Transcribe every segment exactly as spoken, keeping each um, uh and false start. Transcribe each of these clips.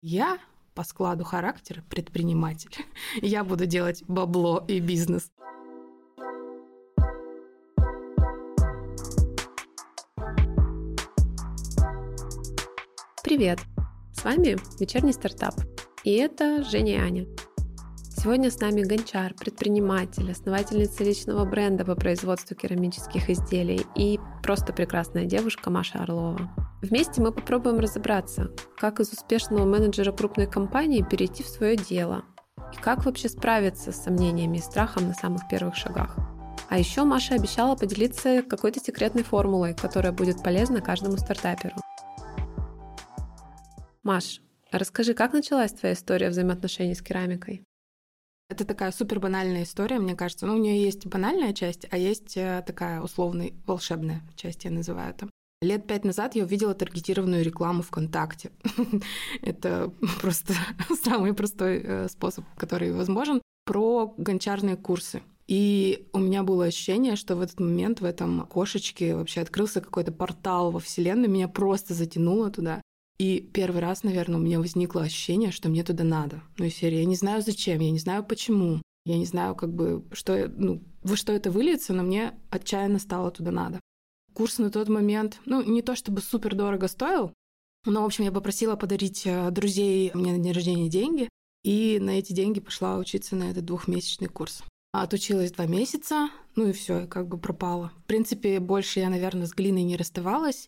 Я по складу характера предприниматель. Я буду делать бабло и бизнес. Привет! С вами «Вечерний стартап». И это Женя и Аня. Сегодня с нами гончар, предприниматель, основательница личного бренда по производству керамических изделий и просто прекрасная девушка Маша Орлова. Вместе мы попробуем разобраться, как из успешного менеджера крупной компании перейти в свое дело и как вообще справиться с сомнениями и страхом на самых первых шагах. А еще Маша обещала поделиться какой-то секретной формулой, которая будет полезна каждому стартаперу. Маш, расскажи, как началась твоя история взаимоотношений с керамикой? Это такая супер банальная история, мне кажется. Ну, у нее есть банальная часть, а есть такая условная волшебная часть, я называю это. Лет пять назад я увидела таргетированную рекламу ВКонтакте. Это просто самый простой способ, который возможен, про гончарные курсы. И у меня было ощущение, что в этот момент в этом окошечке вообще открылся какой-то портал во Вселенную, меня просто затянуло туда. И первый раз, наверное, у меня возникло ощущение, что мне туда надо. Ну, из серии, я не знаю зачем, я не знаю почему, я не знаю, как бы, что, ну, во что это выльется, но мне отчаянно стало туда надо. Курс на тот момент, ну, не то чтобы супер дорого стоил, но, в общем, я попросила подарить друзей мне на день рождения деньги, и на эти деньги пошла учиться на этот двухмесячный курс. Отучилась два месяца, ну и все, как бы пропала. В принципе, больше я, наверное, с глиной не расставалась.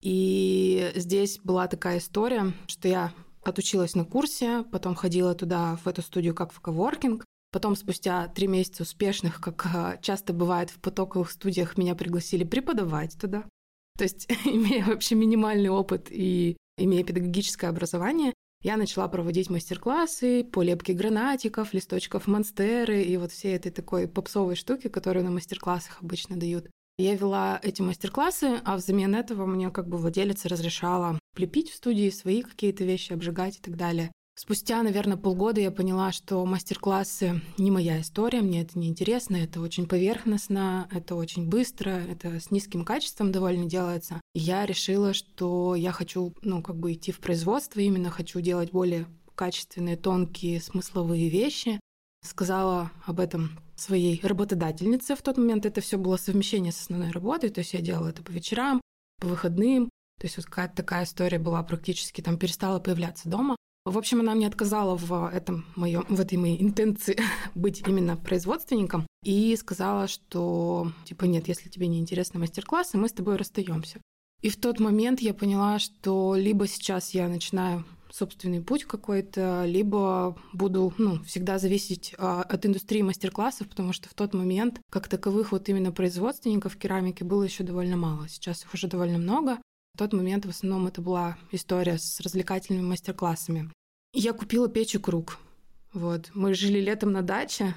И здесь была такая история, что я отучилась на курсе, потом ходила туда, в эту студию, как в коворкинг. Потом, спустя три месяца успешных, как часто бывает в потоковых студиях, меня пригласили преподавать туда. То есть, имея вообще минимальный опыт и имея педагогическое образование, я начала проводить мастер-классы по лепке гранатиков, листочков монстеры и вот всей этой такой попсовой штуки, которую на мастер-классах обычно дают. Я вела эти мастер-классы, а взамен этого мне как бы владелица разрешала лепить в студии свои какие-то вещи, обжигать и так далее. Спустя, наверное, полгода я поняла, что мастер-классы не моя история, мне это не интересно, это очень поверхностно, это очень быстро, это с низким качеством довольно делается. И я решила, что я хочу, ну, как бы идти в производство, именно хочу делать более качественные, тонкие, смысловые вещи. Сказала об этом своей работодательнице. В тот момент это все было совмещение с основной работой, то есть я делала это по вечерам, по выходным, то есть вот какая-то такая история была практически, там перестала появляться дома. В общем, она мне отказала в, этом моем, в этой моей интенции быть именно производственником и сказала, что, типа, нет, если тебе не интересны мастер-классы, мы с тобой расстаемся. И в тот момент я поняла, что либо сейчас я начинаю собственный путь какой-то, либо буду, ну, всегда зависеть от индустрии мастер-классов, потому что в тот момент, как таковых вот именно производственников керамики было еще довольно мало. Сейчас их уже довольно много. В тот момент в основном это была история с развлекательными мастер-классами. Я купила печь и круг. Вот. Мы жили летом на даче.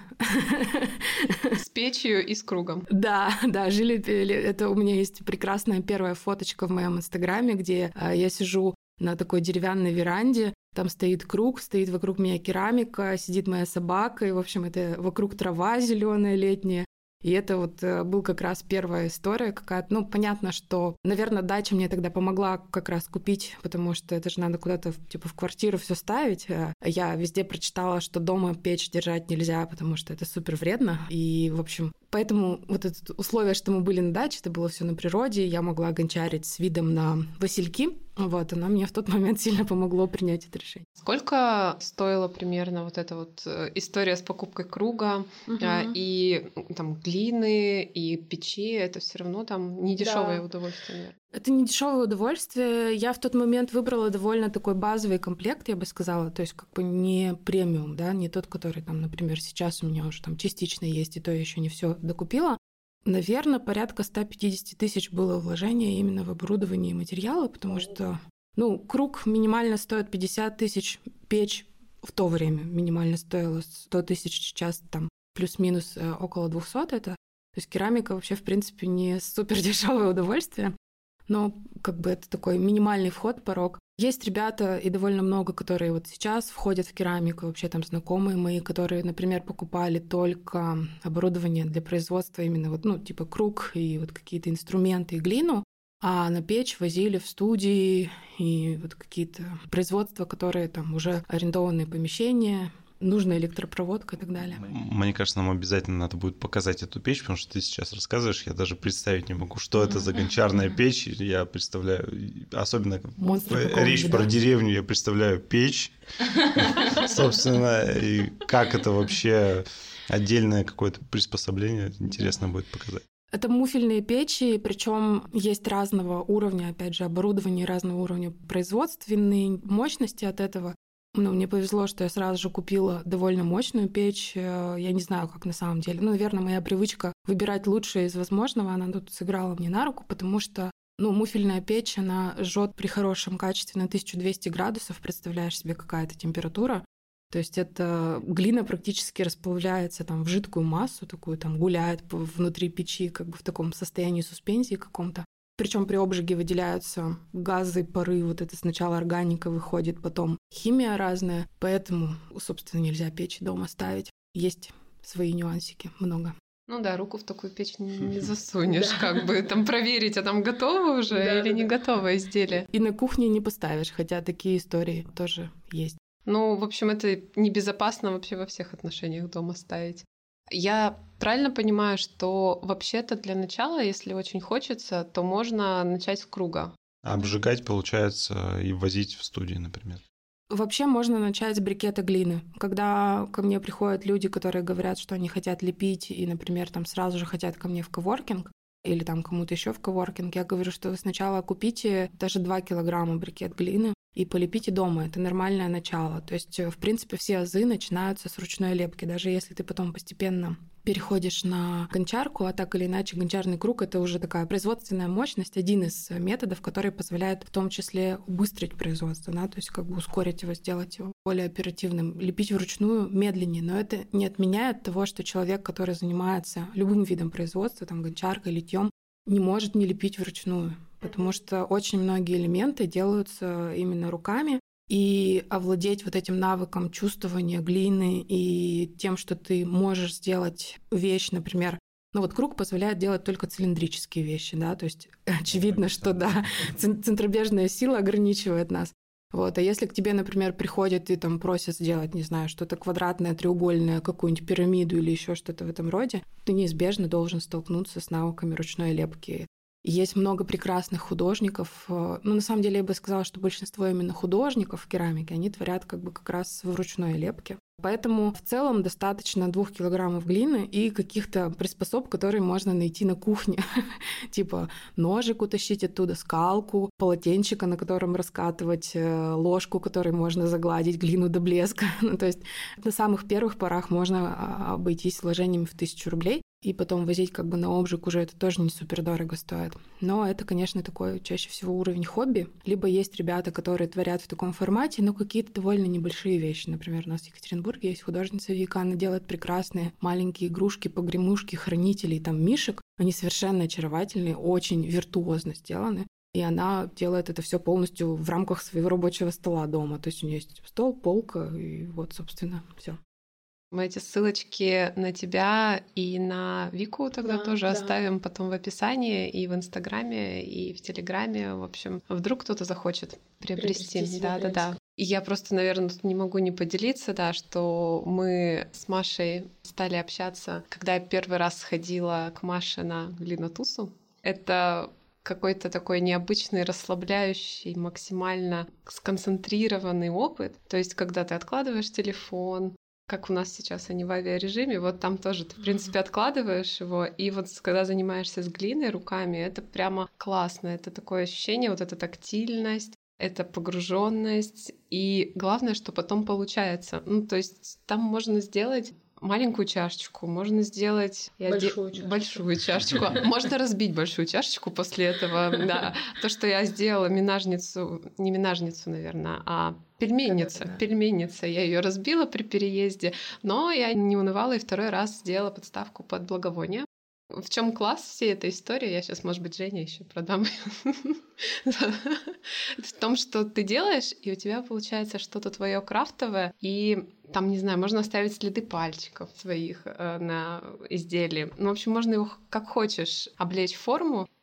С печью и с кругом. Да, да, жили... Это у меня есть прекрасная первая фоточка в моем инстаграме, где я сижу на такой деревянной веранде, там стоит круг, стоит вокруг меня керамика, сидит моя собака, и, в общем, это вокруг трава зеленая летняя. И это вот был как раз первая история какая-то. Ну, понятно, что, наверное, дача мне тогда помогла как раз купить, потому что это же надо куда-то, типа, в квартиру все ставить. Я везде прочитала, что дома печь держать нельзя, потому что это супер вредно. И, в общем, поэтому вот это условие, что мы были на даче, это было все на природе, я могла гончарить с видом на васильки. Вот, оно мне в тот момент сильно помогло принять это решение. Сколько стоила примерно вот эта вот история с покупкой круга угу. и там глины и печи? Это все равно там не дешевое да. удовольствие, наверное. Это не дешевое удовольствие. Я в тот момент выбрала довольно такой базовый комплект, я бы сказала, то есть как бы не премиум, да, не тот, который там, например, сейчас у меня уже там частично есть, и то я еще не все докупила. Наверное, порядка сто пятьдесят тысяч было вложение именно в оборудование и материалы, потому что, ну, круг минимально стоит пятьдесят тысяч, печь в то время минимально стоила сто тысяч, сейчас там плюс-минус около двести это. То есть керамика вообще, в принципе, не супер дешевое удовольствие, но как бы это такой минимальный вход, порог. Есть ребята, и довольно много, которые вот сейчас входят в керамику, вообще там знакомые мои, которые, например, покупали только оборудование для производства именно вот, ну, типа круг и вот какие-то инструменты и глину. А на печь возили в студии и вот какие-то производства, которые там уже арендованные помещения, нужная электропроводка и так далее. Мне кажется, нам обязательно надо будет показать эту печь, потому что ты сейчас рассказываешь, я даже представить не могу, что это за гончарная печь. Я представляю, особенно речь про деревню, я представляю печь, собственно, и как это вообще отдельное какое-то приспособление, интересно будет показать. Это муфельные печи, причем есть разного уровня, опять же, оборудования, разного уровня производственной мощности от этого. Ну, мне повезло, что я сразу же купила довольно мощную печь. Я не знаю, как на самом деле. Ну, наверное, моя привычка выбирать лучшее из возможного, она тут сыграла мне на руку, потому что, ну, муфельная печь, она жжет при хорошем качестве на тысячу двести градусов. Представляешь себе, какая это температура. То есть эта глина практически расплавляется там в жидкую массу, такую там гуляет внутри печи, как бы в таком состоянии суспензии каком-то. Причем при обжиге выделяются газы, пары, вот это сначала органика выходит, потом химия разная, поэтому, собственно, нельзя печь дома ставить. Есть свои нюансики, много. Ну да, руку в такую печь не засунешь, как бы там проверить, а там готово уже или не готово изделие. И на кухне не поставишь, хотя такие истории тоже есть. Ну, в общем, это небезопасно вообще во всех отношениях дома ставить. Я правильно понимаю, что вообще-то для начала, если очень хочется, то можно начать с круга. Обжигать, получается, и возить в студию, например. Вообще можно начать с брикета глины. Когда ко мне приходят люди, которые говорят, что они хотят лепить и, например, там сразу же хотят ко мне в коворкинг, или там кому-то еще в коворкинг, я говорю, что вы сначала купите даже два килограмма брикет глины и полепите дома. Это нормальное начало. То есть, в принципе, все азы начинаются с ручной лепки. Даже если ты потом постепенно переходишь на гончарку, а так или иначе гончарный круг — это уже такая производственная мощность, один из методов, который позволяет в том числе убыстрить производство, да, то есть как бы ускорить его, сделать его более оперативным, лепить вручную медленнее. Но это не отменяет того, что человек, который занимается любым видом производства, там, гончаркой, литьем, не может не лепить вручную, потому что очень многие элементы делаются именно руками, и овладеть вот этим навыком чувствования глины и тем, что ты можешь сделать вещь, например, ну вот круг позволяет делать только цилиндрические вещи, да, то есть очевидно, что да, центробежная сила ограничивает нас. Вот, а если к тебе, например, приходят и там просят сделать, не знаю, что-то квадратное, треугольное, какую-нибудь пирамиду или еще что-то в этом роде, ты неизбежно должен столкнуться с навыками ручной лепки. Есть много прекрасных художников. Ну, на самом деле, я бы сказала, что большинство именно художников в керамике, они творят как бы как раз в ручной лепке. Поэтому в целом достаточно двух килограммов глины и каких-то приспособ, которые можно найти на кухне. Типа ножик утащить оттуда, скалку, полотенчика, на котором раскатывать, ложку, которой можно загладить глину до блеска. Ну, то есть на самых первых порах можно обойтись вложениями в тысячу рублей. И потом возить как бы на обжиг уже это тоже не супер дорого стоит. Но это, конечно, такой чаще всего уровень хобби. Либо есть ребята, которые творят в таком формате, но какие-то довольно небольшие вещи. Например, у нас в Екатеринбурге есть художница Вика, она делает прекрасные маленькие игрушки, погремушки, хранители, там мишек. Они совершенно очаровательные, очень виртуозно сделаны. И она делает это все полностью в рамках своего рабочего стола дома. То есть у нее есть стол, полка, и вот, собственно, все. Мы эти ссылочки на тебя и на Вику тогда да, тоже да. оставим потом в описании и в Инстаграме, и в Телеграме. В общем, вдруг кто-то захочет приобрести. Да-да-да. И я просто, наверное, тут не могу не поделиться, да, что мы с Машей стали общаться, когда я первый раз сходила к Маше на глинотусу. Это какой-то такой необычный, расслабляющий, максимально сконцентрированный опыт. То есть, когда ты откладываешь телефон, как у нас сейчас они в авиарежиме, вот там тоже ты, в принципе, откладываешь его, и вот когда занимаешься с глиной руками, это прямо классно, это такое ощущение, вот эта тактильность, это погруженность, и главное, что потом получается. Ну, то есть там можно сделать маленькую чашечку, можно сделать большую, де... чашечку. большую чашечку. Можно разбить большую чашечку после этого. Да. То, что я сделала минажницу, не минажницу, наверное, а пельменница. Да, да, да. Пельменница. Я ее разбила при переезде, но я не унывала и второй раз сделала подставку под благовония. В чем класс всей этой истории? Я сейчас, может быть, Жене еще продам. В том, что ты делаешь, и у тебя получается что-то твое крафтовое, и там, не знаю, можно оставить следы пальчиков своих на изделии. Ну, в общем, можно его как хочешь облечь в форму,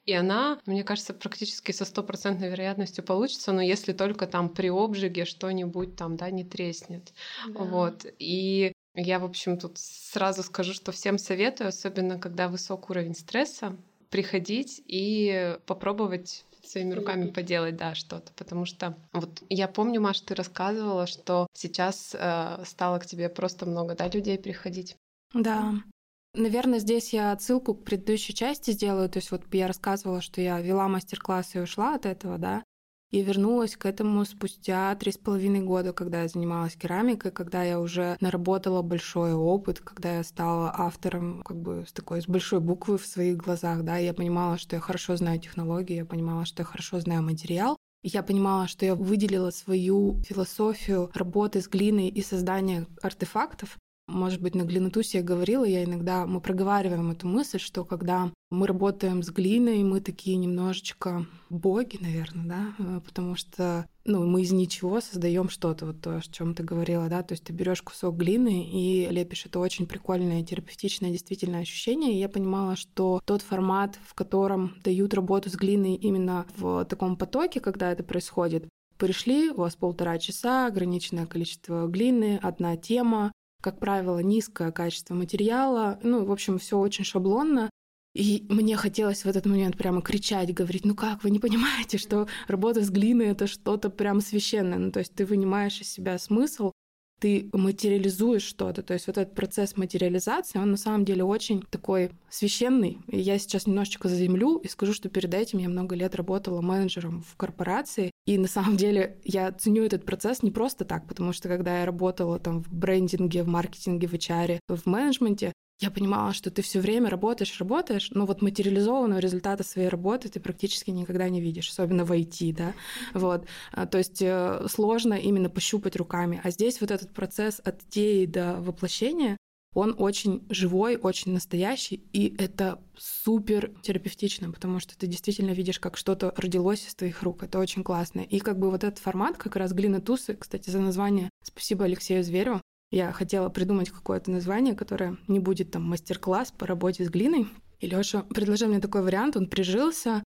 И она, мне кажется, практически со стопроцентной вероятностью получится, но если только там при обжиге что-нибудь там, да, не треснет. Да. Вот. И я, в общем, тут сразу скажу, что всем советую, особенно когда высок уровень стресса, приходить и попробовать своими руками поделать, да, что-то. Потому что вот я помню, Маш, ты рассказывала, что сейчас э, стало к тебе просто много, да, людей приходить. Да. Наверное, здесь я отсылку к предыдущей части сделаю. То есть вот я рассказывала, что я вела мастер-класс и ушла от этого, да, и вернулась к этому спустя три с половиной года, когда я занималась керамикой, когда я уже наработала большой опыт, когда я стала автором как бы с такой, с большой буквы в своих глазах, да, и я понимала, что я хорошо знаю технологии, я понимала, что я хорошо знаю материал, и я понимала, что я выделила свою философию работы с глиной и создания артефактов. Может быть, на Глинотусе я говорила, я иногда, мы проговариваем эту мысль, что когда мы работаем с глиной, мы такие немножечко боги, наверное, да, потому что, ну, мы из ничего создаем что-то, вот то, о чем ты говорила, да, то есть ты берешь кусок глины и лепишь. Это очень прикольное, терапевтичное действительно ощущение, и я понимала, что тот формат, в котором дают работу с глиной именно в таком потоке, когда это происходит, пришли, у вас полтора часа, ограниченное количество глины, одна тема, как правило, низкое качество материала. Ну, в общем, все очень шаблонно. И мне хотелось в этот момент прямо кричать, говорить, ну как, вы не понимаете, что работа с глиной — это что-то прям священное. Ну, то есть ты вынимаешь из себя смысл, ты материализуешь что-то. То есть вот этот процесс материализации, он на самом деле очень такой священный. И я сейчас немножечко заземлю и скажу, что перед этим я много лет работала менеджером в корпорации. И на самом деле я ценю этот процесс не просто так, потому что когда я работала там в брендинге, в маркетинге, в эйч ар, в менеджменте, я понимала, что ты все время работаешь, работаешь, но вот материализованного результата своей работы ты практически никогда не видишь, особенно в ай ти, да, вот. То есть сложно именно пощупать руками. А здесь вот этот процесс от идеи до воплощения, он очень живой, очень настоящий, и это супер терапевтично, потому что ты действительно видишь, как что-то родилось из твоих рук. Это очень классно. И как бы вот этот формат, как раз Глинотусы, кстати, за название спасибо Алексею Звереву. Я хотела придумать какое-то название, которое не будет там мастер-класс по работе с глиной. И Лёша предложил мне такой вариант, он прижился.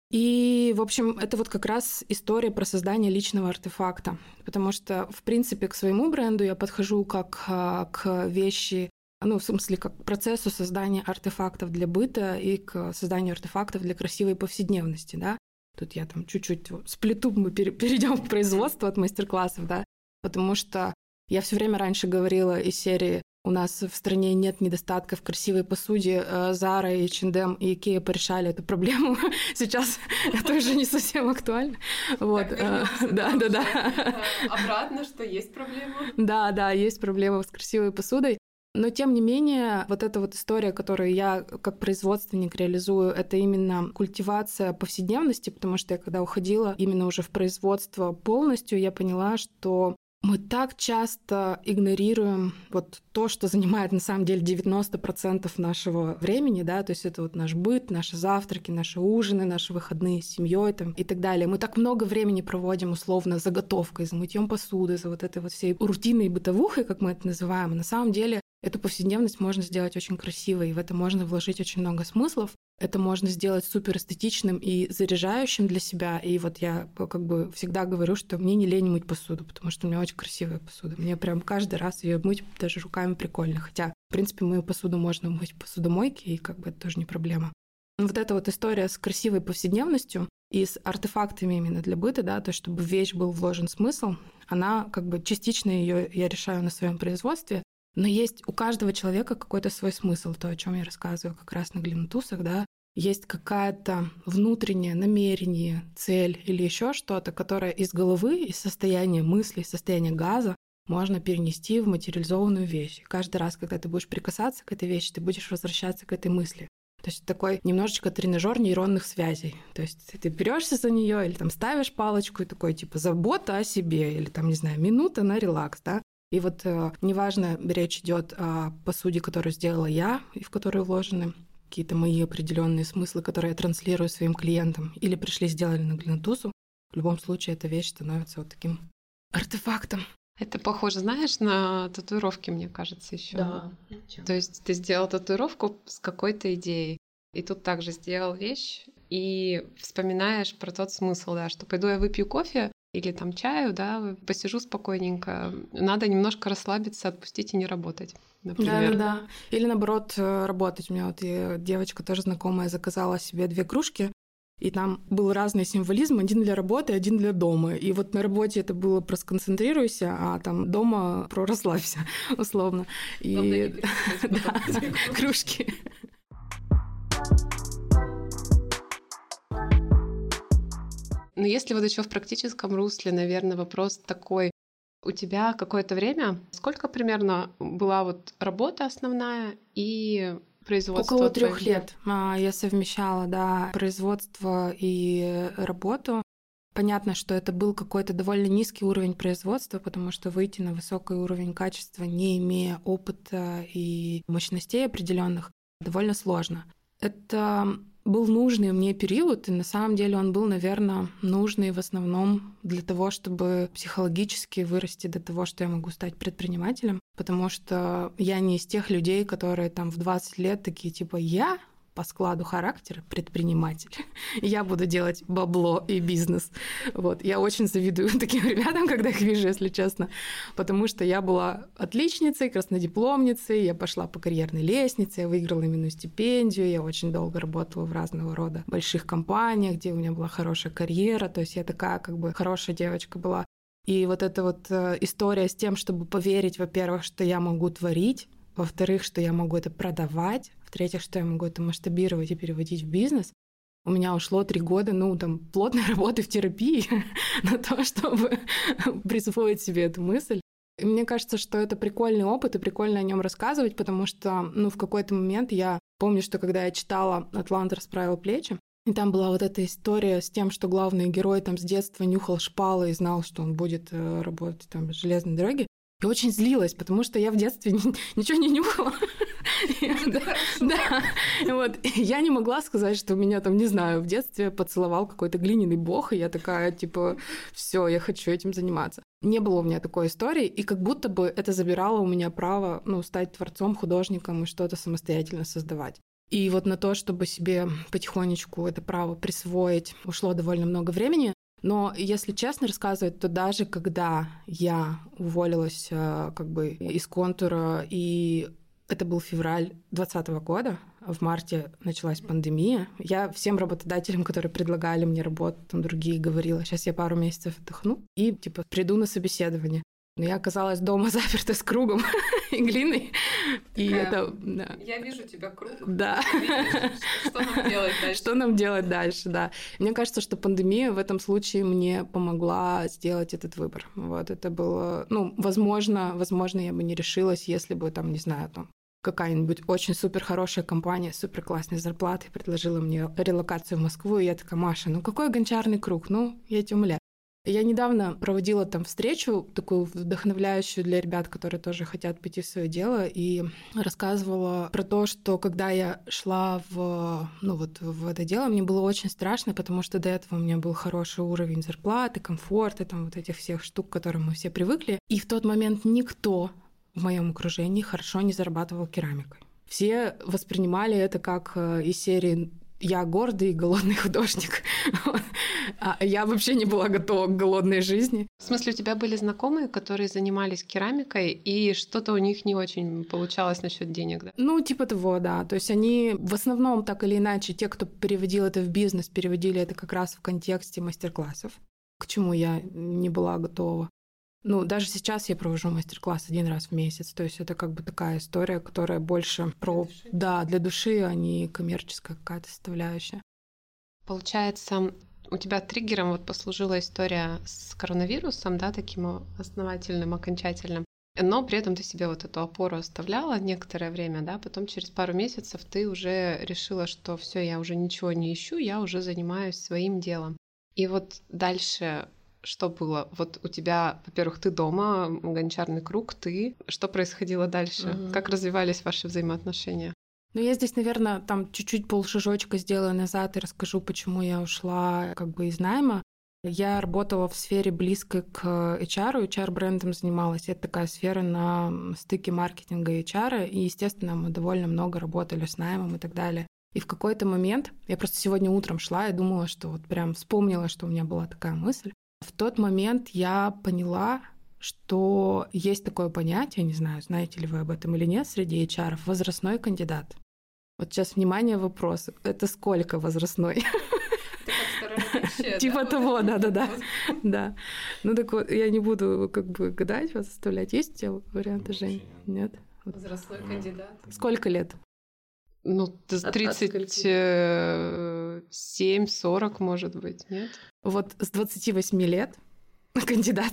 И, в общем, это вот как раз история про создание личного артефакта. Потому что, в принципе, к своему бренду я подхожу как к вещи, ну, в смысле, как к процессу создания артефактов для быта и к созданию артефактов для красивой повседневности, да. Тут я там чуть-чуть сплету, мы перейдем к производству от мастер-классов, да. Потому что я все время раньше говорила из серии «У нас в стране нет недостатка в красивой посуде, Zara, эйч энд эм и Ikea порешали эту проблему». Сейчас это уже не совсем актуально. Вот. Да, да, да. Обратно, что есть проблема. Да, да, есть проблема с красивой посудой. Но, тем не менее, вот эта вот история, которую я как производственник реализую, это именно культивация повседневности, потому что я когда уходила именно уже в производство полностью, я поняла, что мы так часто игнорируем вот то, что занимает на самом деле девяносто процентов нашего времени, да, то есть это вот наш быт, наши завтраки, наши ужины, наши выходные с семьей там, и так далее. Мы так много времени проводим условно за готовкой, за мытьем посуды, за вот этой вот всей рутинной бытовухой, как мы это называем. И на самом деле эту повседневность можно сделать очень красивой, и в это можно вложить очень много смыслов. Это можно сделать супер эстетичным и заряжающим для себя. И вот я как бы всегда говорю, что мне не лень мыть посуду, потому что у меня очень красивая посуда. Мне прям каждый раз ее мыть даже руками прикольно. Хотя, в принципе, мою посуду можно мыть в посудомойке, и как бы это тоже не проблема. Вот эта вот история с красивой повседневностью и с артефактами именно для быта, да, то есть чтобы в вещь был вложен смысл, она как бы частично ее я решаю на своем производстве. Но есть у каждого человека какой-то свой смысл, то, о чем я рассказываю как раз на Глинотусах, да. Есть какая-то внутреннее намерение, цель или еще что-то, которое из головы, из состояния мысли, из состояния газа можно перенести в материализованную вещь. И каждый раз, когда ты будешь прикасаться к этой вещи, ты будешь возвращаться к этой мысли. То есть такой немножечко тренажер нейронных связей. То есть ты берешься за нее или там ставишь палочку и такой типа забота о себе или там, не знаю, минута на релакс, да. И вот э, неважно, речь идет о посуде, которую сделала я и в которую вложены какие-то мои определенные смыслы, которые я транслирую своим клиентам, или пришли, сделали на Глинотусу. В любом случае, эта вещь становится вот таким артефактом. Это похоже, знаешь, на татуировки, мне кажется, еще. Да. То есть ты сделал татуировку с какой-то идеей, и тут также сделал вещь, и вспоминаешь про тот смысл, да, что пойду я выпью кофе или там чаю, да, посижу спокойненько. Надо немножко расслабиться, отпустить и не работать, например. Да, да, да. Или наоборот, работать. У меня вот девочка тоже знакомая заказала себе две кружки, и там был разный символизм, один для работы, один для дома. И вот на работе это было про сконцентрируйся, а там дома про расслабься, условно. И да, кружки. Но если вот еще в практическом русле, наверное, вопрос такой. У тебя какое-то время, сколько примерно была вот работа основная и производство? Около трех лет я совмещала, да, производство и работу. Понятно, что это был какой-то довольно низкий уровень производства, потому что выйти на высокий уровень качества, не имея опыта и мощностей определенных, довольно сложно. Это был нужный мне период, и на самом деле он был, наверное, нужный в основном для того, чтобы психологически вырасти до того, что я могу стать предпринимателем, потому что я не из тех людей, которые там в двадцать лет такие типа «я по складу характера предприниматель, я буду делать бабло и бизнес». Вот. Я очень завидую таким ребятам, когда их вижу, если честно, потому что я была отличницей, краснодипломницей, я пошла по карьерной лестнице, я выиграла именную стипендию, я очень долго работала в разного рода больших компаниях, где у меня была хорошая карьера, то есть я такая как бы хорошая девочка была. И вот эта вот история с тем, чтобы поверить, во-первых, что я могу творить, во-вторых, что я могу это продавать, в-третьих, что я могу это масштабировать и переводить в бизнес. У меня ушло три года, ну, там, плотной работы в терапии на то, чтобы присвоить себе эту мысль. И мне кажется, что это прикольный опыт, и прикольно о нем рассказывать, потому что, ну, в какой-то момент я помню, что когда я читала «Атлант расправил плечи», и там была вот эта история с тем, что главный герой там с детства нюхал шпалы и знал, что он будет работать там в железной дороге. Я очень злилась, потому что я в детстве ничего не нюхала. Да, вот. Я не могла сказать, что меня там, не знаю, в детстве поцеловал какой-то глиняный бог, и я такая, типа, все, я хочу этим заниматься. Не было у меня такой истории, и как будто бы это забирало у меня право, ну, стать творцом, художником и что-то самостоятельно создавать. И вот на то, чтобы себе потихонечку это право присвоить, ушло довольно много времени. Но, если честно рассказывать, то даже когда я уволилась как бы из Контура, и это был февраль двадцатого года, в марте началась пандемия, я всем работодателям, которые предлагали мне работу, там другие, говорила, сейчас я пару месяцев отдохну и типа приду на собеседование. Но я оказалась дома заперта с кругом и глиной. И Такая, это... Да. Я вижу тебя круг. Да. Что нам делать дальше? Что нам делать дальше, да. Мне кажется, что пандемия в этом случае мне помогла сделать этот выбор. Вот это было... Ну, возможно, возможно, я бы не решилась, если бы, там, не знаю, там, какая-нибудь очень супер хорошая компания, супер классной зарплатой предложила мне релокацию в Москву, и я такая: Маша, ну какой гончарный круг? Ну, я тебя умоляю. Я недавно проводила там встречу, такую вдохновляющую для ребят, которые тоже хотят пойти в свое дело, и рассказывала про то, что когда я шла в, ну вот, в это дело, мне было очень страшно, потому что до этого у меня был хороший уровень зарплаты, комфорта, там вот этих всех штук, к которым мы все привыкли. И в тот момент никто в моем окружении хорошо не зарабатывал керамикой. Все воспринимали это как из серии «я гордый и голодный художник». А я вообще не была готова к голодной жизни. В смысле, у тебя были знакомые, которые занимались керамикой, и что-то у них не очень получалось насчет денег, да? Ну, типа того, да. То есть они в основном так или иначе, те, кто переводил это в бизнес, переводили это как раз в контексте мастер-классов, к чему я не была готова. Ну, даже сейчас я провожу мастер-класс один раз в месяц. То есть это как бы такая история, которая больше про... Для души. Да, для души, а не коммерческая какая-то составляющая. Получается, у тебя триггером вот послужила история с коронавирусом, да, таким основательным, окончательным. Но при этом ты себе вот эту опору оставляла некоторое время, да, потом через пару месяцев ты уже решила, что все, я уже ничего не ищу, я уже занимаюсь своим делом. И вот дальше... Что было? Вот у тебя, во-первых, ты дома, гончарный круг, ты. Что происходило дальше? Mm-hmm. Как развивались ваши взаимоотношения? Ну, я здесь, наверное, там чуть-чуть полшажочка сделаю назад и расскажу, почему я ушла как бы из найма. Я работала в сфере близкой к эйч ар, эйч ар-брендом занималась. Это такая сфера на стыке маркетинга и эйч ар, и, естественно, мы довольно много работали с наймом и так далее. И в какой-то момент, я просто сегодня утром шла и думала, что вот прям вспомнила, что у меня была такая мысль. В тот момент я поняла, что есть такое понятие, не знаю, знаете ли вы об этом или нет, среди эйч ар, возрастной кандидат. Вот сейчас, внимание, вопрос. Это сколько возрастной? Типа того, да-да-да. Да. Ну так вот, я не буду как бы гадать, вас заставлять. Есть у тебя варианты, Жень? Нет? Возрастной кандидат. Сколько лет? Ну, тридцать семь сорок, может быть, нет? Вот с двадцати восьми лет кандидат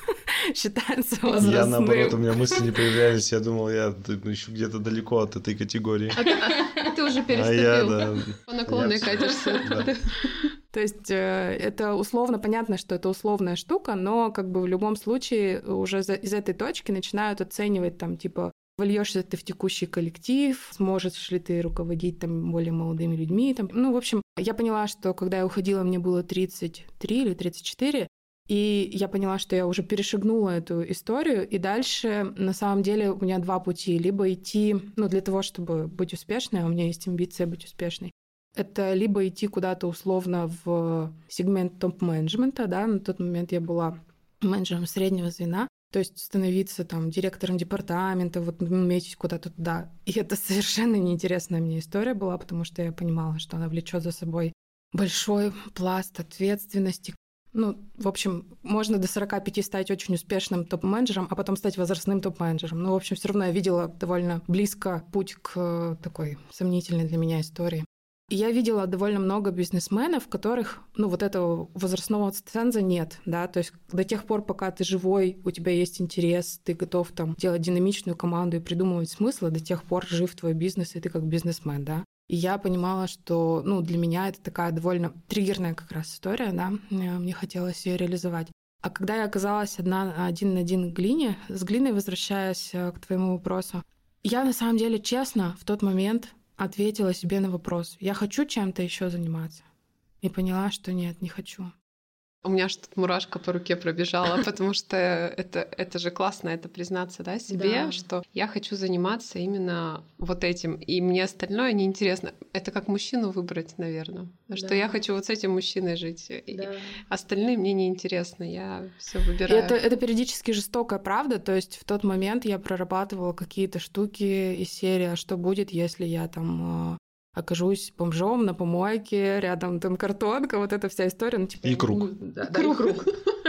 считается возрастным. Я, наоборот, у меня мысли не появлялись. Я думал, я еще где-то далеко от этой категории. А ты уже переступил. По наклонной катишься. То есть это условно, понятно, что это условная штука, но как бы в любом случае уже из этой точки начинают оценивать там типа вольешься ты в текущий коллектив, сможешь ли ты руководить там более молодыми людьми. Там. Ну, в общем, я поняла, что когда я уходила, мне было тридцать три или тридцать четыре, и я поняла, что я уже перешагнула эту историю, и дальше, на самом деле, у меня два пути. Либо идти, ну, для того, чтобы быть успешной, а у меня есть амбиция быть успешной, это либо идти куда-то условно в сегмент топ-менеджмента, да, на тот момент я была менеджером среднего звена, то есть становиться там директором департамента, вот метить куда-то туда. И это совершенно неинтересная мне история была, потому что я понимала, что она влечет за собой большой пласт ответственности. Ну, в общем, можно до сорока пяти стать очень успешным топ-менеджером, а потом стать возрастным топ-менеджером. Но, в общем, все равно я видела довольно близко путь к такой сомнительной для меня истории. И я видела довольно много бизнесменов, в которых, ну, вот этого возрастного ценза нет, да, то есть до тех пор, пока ты живой, у тебя есть интерес, ты готов там делать динамичную команду и придумывать смыслы, до тех пор жив твой бизнес, и ты как бизнесмен, да. И я понимала, что, ну, для меня это такая довольно триггерная как раз история, да, мне хотелось ее реализовать. А когда я оказалась одна, один на один к глине, с глиной, возвращаясь к твоему вопросу, я на самом деле честно в тот момент ответила себе на вопрос: я хочу чем-то еще заниматься? И поняла, что нет, не хочу. У меня аж тут мурашка по руке пробежала, потому что это, это же классно, это признаться, да, себе, да, что я хочу заниматься именно вот этим, и мне остальное неинтересно. Это как мужчину выбрать, наверное, да. Что я хочу вот с этим мужчиной жить, да. И остальные мне неинтересно, я все выбираю. Это, это периодически жестокая правда, то есть в тот момент я прорабатывала какие-то штуки из серии «А что будет, если я там окажусь бомжом на помойке, рядом там картонка», вот эта вся история. Ну, типа, и круг. Да, да, и круг.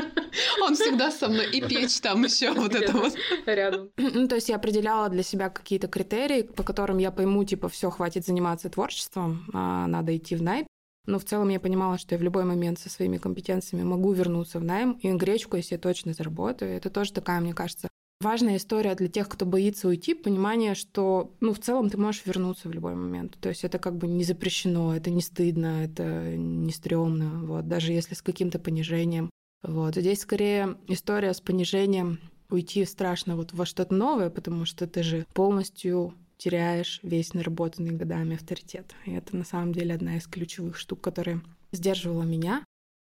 Он всегда со мной, и печь там еще вот это вот рядом. Ну, то есть я определяла для себя какие-то критерии, по которым я пойму, типа, все, хватит заниматься творчеством, а надо идти в найм. Но в целом я понимала, что я в любой момент со своими компетенциями могу вернуться в найм, и гречку я себе точно заработаю. Это тоже такая, мне кажется, важная история для тех, кто боится уйти, понимание, что, ну, в целом ты можешь вернуться в любой момент. То есть это как бы не запрещено, это не стыдно, это не стрёмно, вот, даже если с каким-то понижением. Вот. Здесь скорее история с понижением. Уйти страшно вот во что-то новое, потому что ты же полностью теряешь весь наработанный годами авторитет. И это на самом деле одна из ключевых штук, которая сдерживала меня.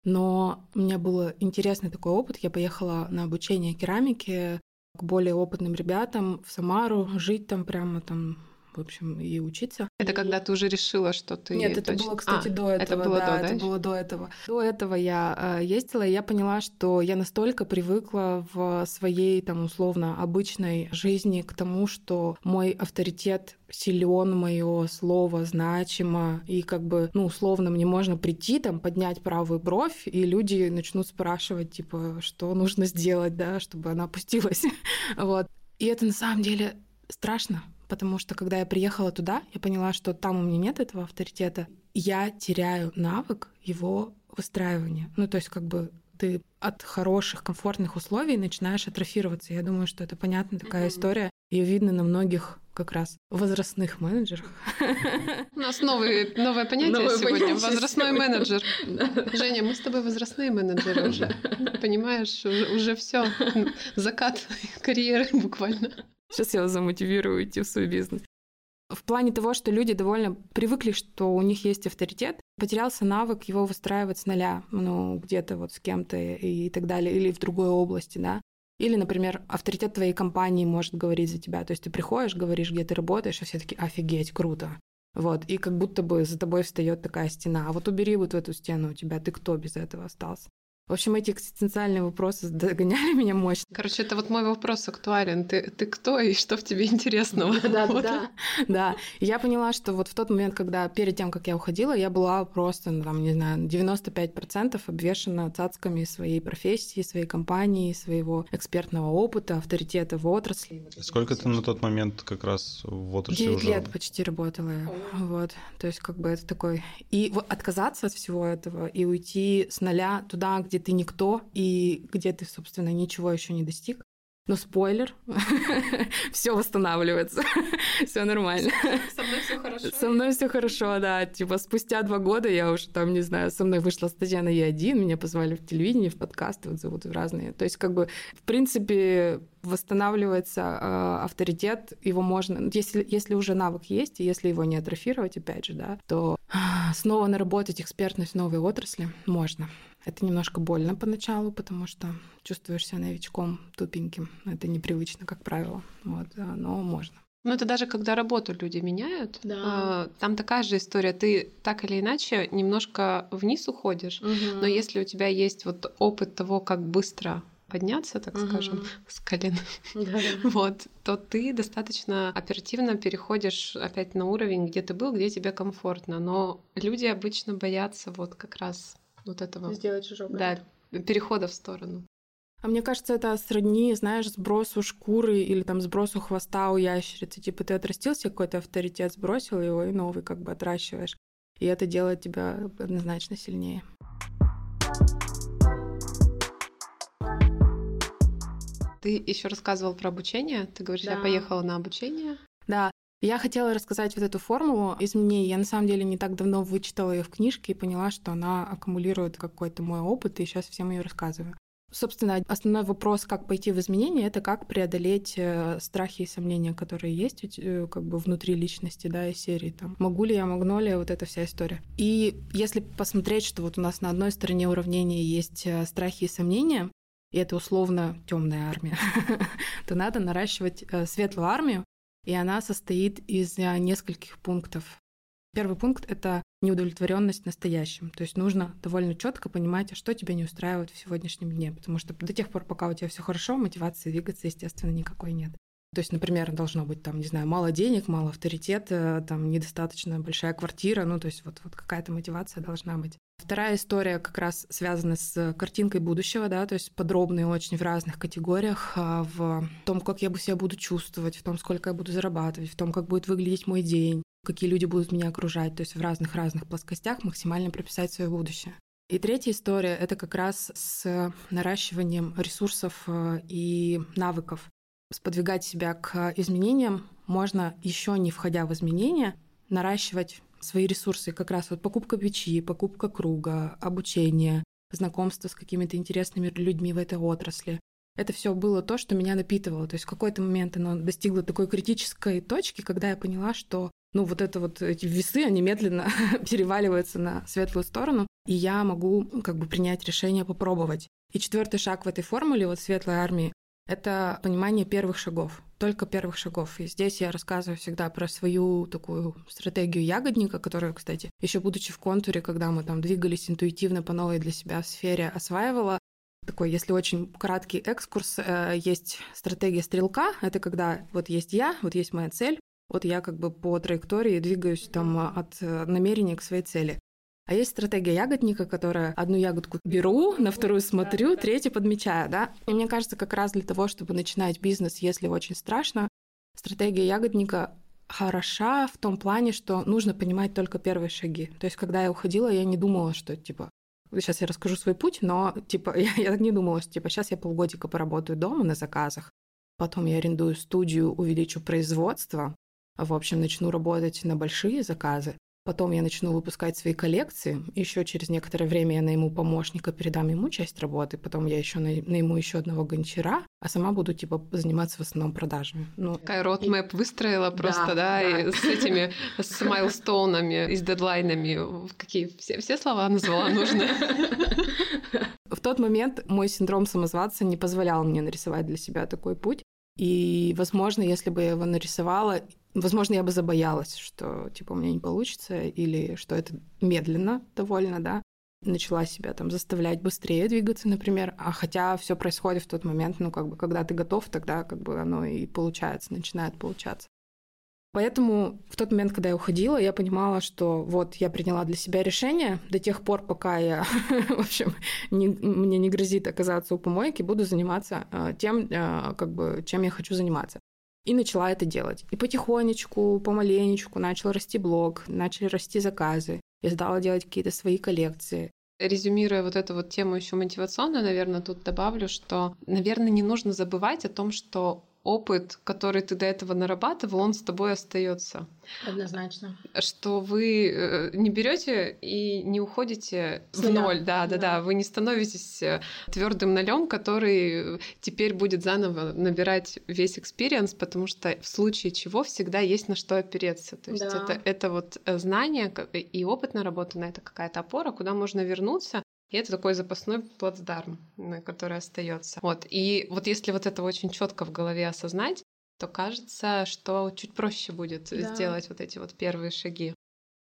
Но у меня был интересный такой опыт. Я поехала на обучение керамике к более опытным ребятам в Самару, жить там прямо там, в общем, и учиться. Это когда ты уже решила, что ты... Нет, это точно... было, кстати, а, до этого. Это было да, до, это да? было до этого. До этого я ездила, и я поняла, что я настолько привыкла в своей, там, условно, обычной жизни к тому, что мой авторитет силен, мое слово значимо, и как бы, ну, условно, мне можно прийти, там, поднять правую бровь, и люди начнут спрашивать, типа, что нужно сделать, да, чтобы она опустилась. Вот. И это на самом деле страшно. Потому что, когда я приехала туда, я поняла, что там у меня нет этого авторитета. Я теряю навык его выстраивания. Ну, то есть, как бы ты от хороших, комфортных условий начинаешь атрофироваться. Я думаю, что это понятная такая mm-hmm. история. Ее видно на многих как раз возрастных менеджерах. У нас новые, новое понятие новое сегодня. Понятие возрастной сегодня. Менеджер. Женя, мы с тобой возрастные менеджеры уже. Понимаешь, уже, уже все. Закат карьеры буквально. Сейчас я вас замотивирую идти в свой бизнес. В плане того, что люди довольно привыкли, что у них есть авторитет, потерялся навык его выстраивать с нуля, ну, где-то вот с кем-то и так далее, или в другой области, да. Или, например, авторитет твоей компании может говорить за тебя. То есть ты приходишь, говоришь, где ты работаешь, и все таки офигеть, круто. Вот, и как будто бы за тобой встает такая стена. А вот убери вот эту стену у тебя, ты кто без этого остался? В общем, эти экзистенциальные вопросы догоняли меня мощно. Короче, это вот мой вопрос актуален. Ты, ты кто и что в тебе интересного? Да, да, да. Да. Я поняла, что вот в тот момент, когда перед тем, как я уходила, я была просто, ну, там, не знаю, девяносто пять процентов обвешана цацками своей профессии, своей компании, своего экспертного опыта, авторитета в отрасли. Сколько ты на тот момент как раз в отрасли девять уже? лет почти работала я. Вот. То есть как бы это такой... И вот отказаться от всего этого и уйти с нуля туда, где ты никто и где ты, собственно, ничего еще не достиг. Но спойлер, все восстанавливается, все нормально. Со мной все хорошо. Со мной все хорошо, да. Типа спустя два года я уже там, не знаю, со мной вышла статья на Е один, меня позвали в телевидение, в подкасты, вот зовут разные. То есть как бы, в принципе, восстанавливается э, авторитет, его можно, если, если уже навык есть, и если его не атрофировать, опять же, да, то снова наработать экспертность в новой отрасли можно. Это немножко больно поначалу, потому что чувствуешь себя новичком, тупеньким. Это непривычно, как правило, вот, но можно. Ну, это даже когда работу люди меняют, да. Там такая же история. Ты так или иначе немножко вниз уходишь, угу. Но если у тебя есть вот опыт того, как быстро подняться, так угу. скажем, с колен, да. Вот, то ты достаточно оперативно переходишь опять на уровень, где ты был, где тебе комфортно. Но люди обычно боятся вот как раз вот этого... Сделать шажок. Да, перехода в сторону. А мне кажется, это сродни, знаешь, сбросу шкуры или там сбросу хвоста у ящерицы. Типа ты отрастил себе какой-то авторитет, сбросил его и новый как бы отращиваешь. И это делает тебя однозначно сильнее. Ты еще рассказывал про обучение. Ты говоришь, да. Я поехала на обучение. Да. Я хотела рассказать вот эту формулу изменений. Я на самом деле не так давно вычитала ее в книжке и поняла, что она аккумулирует какой-то мой опыт, и сейчас всем ее рассказываю. Собственно, основной вопрос, как пойти в изменения, это как преодолеть страхи и сомнения, которые есть как бы внутри личности, да, и серии. Там, могу ли я, могу ли я, вот эта вся история. И если посмотреть, что вот у нас на одной стороне уравнения есть страхи и сомнения, и это условно темная армия, то надо наращивать светлую армию, и она состоит из нескольких пунктов. Первый пункт — это неудовлетворенность настоящим. То есть нужно довольно четко понимать, что тебя не устраивает в сегодняшнем дне, потому что до тех пор, пока у тебя все хорошо, мотивации двигаться, естественно, никакой нет. То есть, например, должно быть там, не знаю, мало денег, мало авторитета, там недостаточно большая квартира, ну то есть вот, вот какая-то мотивация должна быть. Вторая история как раз связана с картинкой будущего, да, то есть подробные очень в разных категориях, в том, как я себя буду чувствовать, в том, сколько я буду зарабатывать, в том, как будет выглядеть мой день, какие люди будут меня окружать, то есть в разных-разных плоскостях максимально прописать свое будущее. И третья история — это как раз с наращиванием ресурсов и навыков. Сподвигать себя к изменениям можно, еще не входя в изменения, наращивать свои ресурсы, как раз вот покупка печи, покупка круга, обучение, знакомство с какими-то интересными людьми в этой отрасли. Это все было то, что меня напитывало. То есть в какой-то момент оно достигло такой критической точки, когда я поняла, что ну вот это вот эти весы, они медленно переваливаются на светлую сторону, и я могу как бы принять решение попробовать. И четвертый шаг в этой формуле вот светлой армии — это понимание первых шагов, только первых шагов. И здесь я рассказываю всегда про свою такую стратегию ягодника, которую, кстати, еще будучи в контуре, когда мы там двигались интуитивно по новой для себя сфере, осваивала. Такой, если очень краткий экскурс, есть стратегия стрелка. Это когда вот есть я, вот есть моя цель, вот я как бы по траектории двигаюсь там от намерения к своей цели. А есть стратегия ягодника, которая одну ягодку беру, на вторую смотрю, третью подмечаю, да. И мне кажется, как раз для того, чтобы начинать бизнес, если очень страшно, стратегия ягодника хороша в том плане, что нужно понимать только первые шаги. То есть, когда я уходила, я не думала, что, типа, сейчас я расскажу свой путь, но, типа, я, я так не думала, что, типа, сейчас я полгодика поработаю дома на заказах, потом я арендую студию, увеличу производство, в общем, начну работать на большие заказы. Потом я начну выпускать свои коллекции. Еще через некоторое время я найму помощника, передам ему часть работы. Потом я еще найму еще одного гончара, а сама буду типа заниматься в основном продажами. Ну, такая roadmap выстроила просто, да, да, да. И с этими с майлстоунами и с дедлайнами. Какие все, все слова назвала нужные. В тот момент мой синдром самозванца не позволял мне нарисовать для себя такой путь. И, возможно, если бы я его нарисовала, возможно, я бы забоялась, что, типа, у меня не получится, или что это медленно довольно, да. Начала себя там заставлять быстрее двигаться, например. А хотя все происходит в тот момент, ну, как бы, когда ты готов, тогда как бы оно и получается, начинает получаться. Поэтому в тот момент, когда я уходила, я понимала, что вот я приняла для себя решение, до тех пор, пока я, в общем, не, мне не грозит оказаться у помойки, буду заниматься тем, как бы, чем я хочу заниматься. И начала это делать. И потихонечку, помаленечку начал расти блог, начали расти заказы. Я стала делать какие-то свои коллекции. Резюмируя вот эту вот тему еще мотивационную, наверное, тут добавлю, что, наверное, не нужно забывать о том, что опыт, который ты до этого нарабатывал, он с тобой остается. Однозначно. Что вы не берете и не уходите с в ноль. Да, да, да, да. Вы не становитесь твердым нолем, который теперь будет заново набирать весь экспириенс, потому что в случае чего всегда есть на что опереться. То есть да. это, это вот знание и опыт наработанный, это какая-то опора, куда можно вернуться. И это такой запасной плацдарм, который остается. Вот. И вот если вот это очень четко в голове осознать, то кажется, что чуть проще будет да. сделать вот эти вот первые шаги.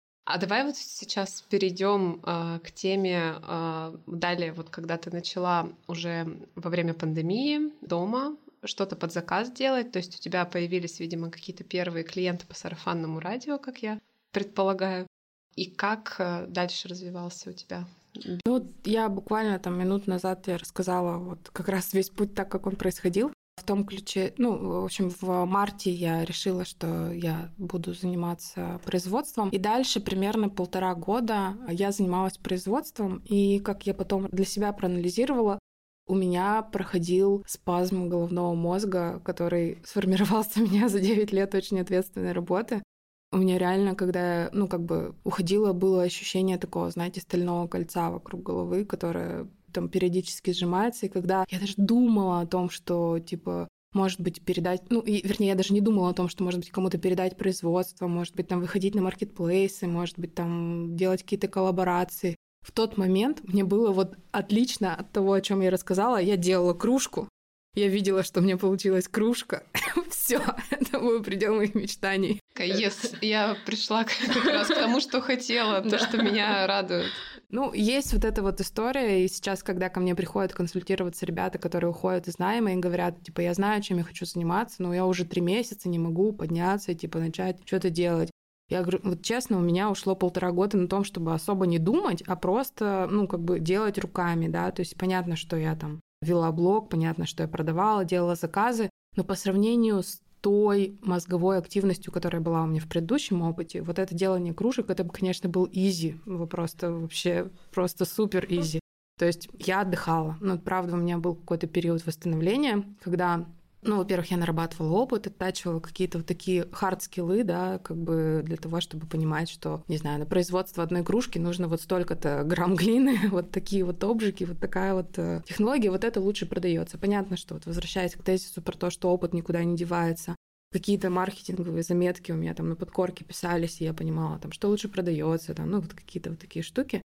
А давай вот сейчас перейдем э, к теме э, далее, вот когда ты начала уже во время пандемии дома что-то под заказ делать, то есть у тебя появились, видимо, какие-то первые клиенты по сарафанному радио, как я предполагаю. И как э, дальше развивался у тебя? Ну, я буквально там минут назад я рассказала вот как раз весь путь так, как он происходил. В том ключе, ну, в общем, в марте я решила, что я буду заниматься производством. И дальше примерно полтора года я занималась производством. И как я потом для себя проанализировала, у меня проходил спазм головного мозга, который сформировался у меня за девять лет очень ответственной работы. У меня реально, когда я, ну, как бы уходила, было ощущение такого, знаете, стального кольца вокруг головы, которое там периодически сжимается. И когда я даже думала о том, что, типа, может быть, передать... Ну, и, вернее, я даже не думала о том, что, может быть, кому-то передать производство, может быть, там, выходить на маркетплейсы, может быть, там, делать какие-то коллаборации. В тот момент мне было вот отлично от того, о чем я рассказала. Я делала кружку. Я видела, что у меня получилась кружка. Все, это был предел моих мечтаний. Yes, я пришла как раз к тому, что хотела, то, что меня радует. Ну, есть вот эта вот история, и сейчас, когда ко мне приходят консультироваться ребята, которые уходят из найма и говорят, типа, я знаю, чем я хочу заниматься, но я уже три месяца не могу подняться и, типа, начать что-то делать. Я говорю, вот честно, у меня ушло полтора года на том, чтобы особо не думать, а просто, ну, как бы делать руками, да, то есть понятно, что я там вела блог, понятно, что я продавала, делала заказы, но по сравнению с той мозговой активностью, которая была у меня в предыдущем опыте, вот это делание кружек, это бы, конечно, был изи, просто вообще просто супер изи. То есть я отдыхала, но, правда, у меня был какой-то период восстановления, когда, ну, во-первых, я нарабатывала опыт, оттачивала какие-то вот такие хард-скиллы, да, как бы для того, чтобы понимать, что, не знаю, на производство одной кружки нужно вот столько-то грамм глины, вот такие вот обжиги, вот такая вот технология, вот это лучше продается. Понятно, что вот возвращаясь к тезису про то, что опыт никуда не девается, какие-то маркетинговые заметки у меня там на подкорке писались, и я понимала, там, что лучше продается, там, ну, вот какие-то вот такие штуки.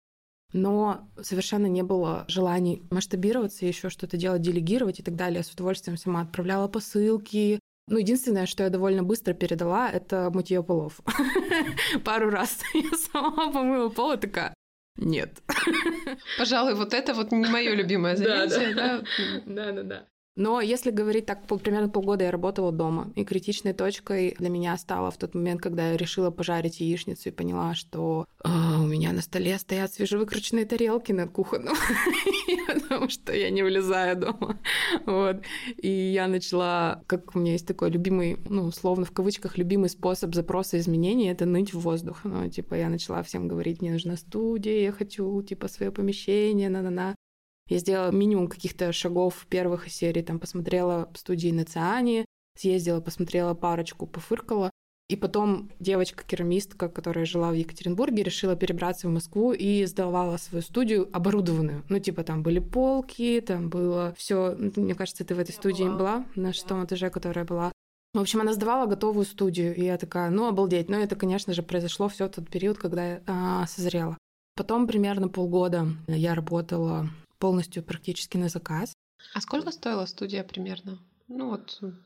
Но совершенно не было желаний масштабироваться, еще что-то делать, делегировать и так далее. Я с удовольствием сама отправляла посылки. Ну, единственное, что я довольно быстро передала, это мытье полов. Пару раз я сама помыла пол и такая: нет. Пожалуй, вот это вот не мое любимое занятие. Да-да-да. Но если говорить так, примерно полгода я работала дома, и критичной точкой для меня стало в тот момент, когда я решила пожарить яичницу и поняла, что а, у меня на столе стоят свежевыкраченные тарелки на кухонном, потому что я не влезаю дома. Вот. И я начала, как у меня есть такой любимый, ну, условно, в кавычках, любимый способ запроса изменений — это ныть в воздух. Ну, типа, я начала всем говорить: мне нужна студия, я хочу, типа, свое помещение, на-на-на. Я сделала минимум каких-то шагов в первых серий, там посмотрела студии на Циане, съездила, посмотрела парочку, пофыркала. И потом девочка-керамистка, которая жила в Екатеринбурге, решила перебраться в Москву и сдавала свою студию оборудованную. Ну, типа, там были полки, там было все. Мне кажется, ты в этой студии была, была на шестом этаже, которая была. В общем, она сдавала готовую студию. И я такая: ну, обалдеть. Но это, конечно же, произошло все в тот период, когда я а, созрела. Потом примерно полгода я работала полностью практически на заказ. А сколько стоила студия примерно? Ну вот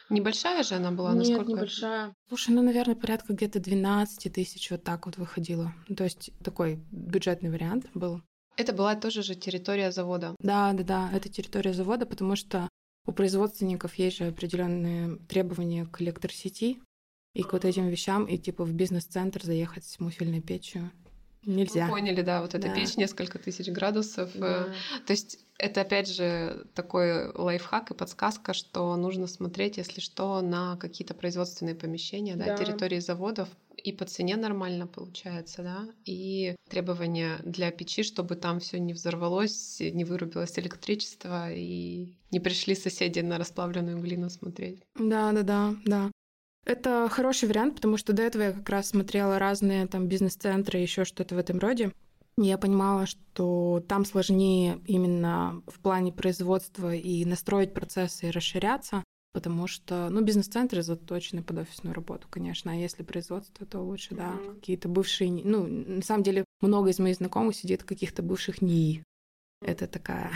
Небольшая же она была, Нет, насколько? небольшая. Слушай, ну, наверное, порядка где-то двенадцать тысяч вот так вот выходило. То есть такой бюджетный вариант был. Это была тоже же территория завода. Да, да, да, это территория завода, потому что у производственников есть же определенные требования к электросети и к вот этим вещам, и типа в бизнес-центр заехать с муфельной печью нельзя. Вы поняли, да, вот эта Да. печь несколько тысяч градусов. Да. То есть это опять же такой лайфхак и подсказка, что нужно смотреть, если что, на какие-то производственные помещения, да, Да. территории заводов, и по цене нормально получается, да, и требования для печи, чтобы там все не взорвалось, не вырубилось электричество и не пришли соседи на расплавленную глину смотреть. Да, да, да, да. Это хороший вариант, потому что до этого я как раз смотрела разные там бизнес-центры, еще что-то в этом роде. Я понимала, что там сложнее именно в плане производства и настроить процессы и расширяться, потому что, ну, бизнес-центры заточены под офисную работу, конечно, а если производство, то лучше, да, Mm-hmm. какие-то бывшие, ну, на самом деле, много из моих знакомых сидит в каких-то бывших НИИ. Это такая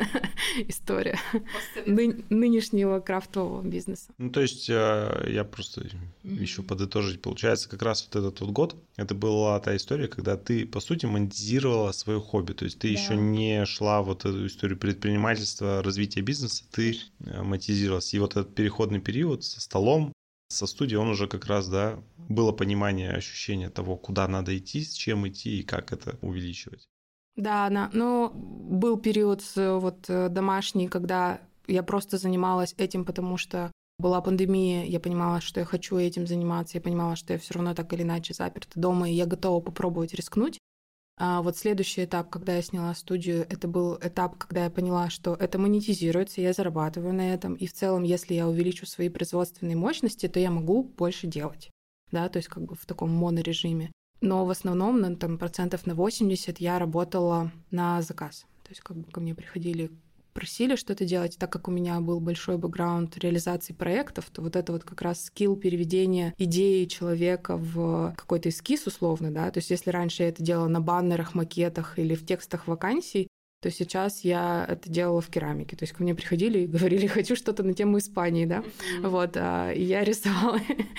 история ны- нынешнего крафтового бизнеса. Ну, то есть я просто еще подытожить, получается, как раз вот этот вот год, это была та история, когда ты, по сути, монетизировала свое хобби, то есть ты Да. еще не шла вот эту историю предпринимательства, развития бизнеса, ты монетизировалась. И вот этот переходный период со столом, со студией, он уже как раз, да, было понимание, ощущение того, куда надо идти, с чем идти и как это увеличивать. Да, да, но был период вот домашний, когда я просто занималась этим, потому что была пандемия, я понимала, что я хочу этим заниматься, я понимала, что я все равно так или иначе заперта дома, и я готова попробовать рискнуть. А вот следующий этап, когда я сняла студию, это был этап, когда я поняла, что это монетизируется, я зарабатываю на этом, и в целом, если я увеличу свои производственные мощности, то я могу больше делать, да, то есть как бы в таком монорежиме. Но в основном на там, процентов на восемьдесят я работала на заказ. То есть как бы ко мне приходили, просили что-то делать. Так как у меня был большой бэкграунд реализации проектов, то вот это вот как раз скилл переведения идеи человека в какой-то эскиз условно, да. То есть если раньше я это делала на баннерах, макетах или в текстах вакансий, то сейчас я это делала в керамике. То есть ко мне приходили и говорили, хочу что-то на тему Испании, да. Mm-hmm. Вот, и я рисовала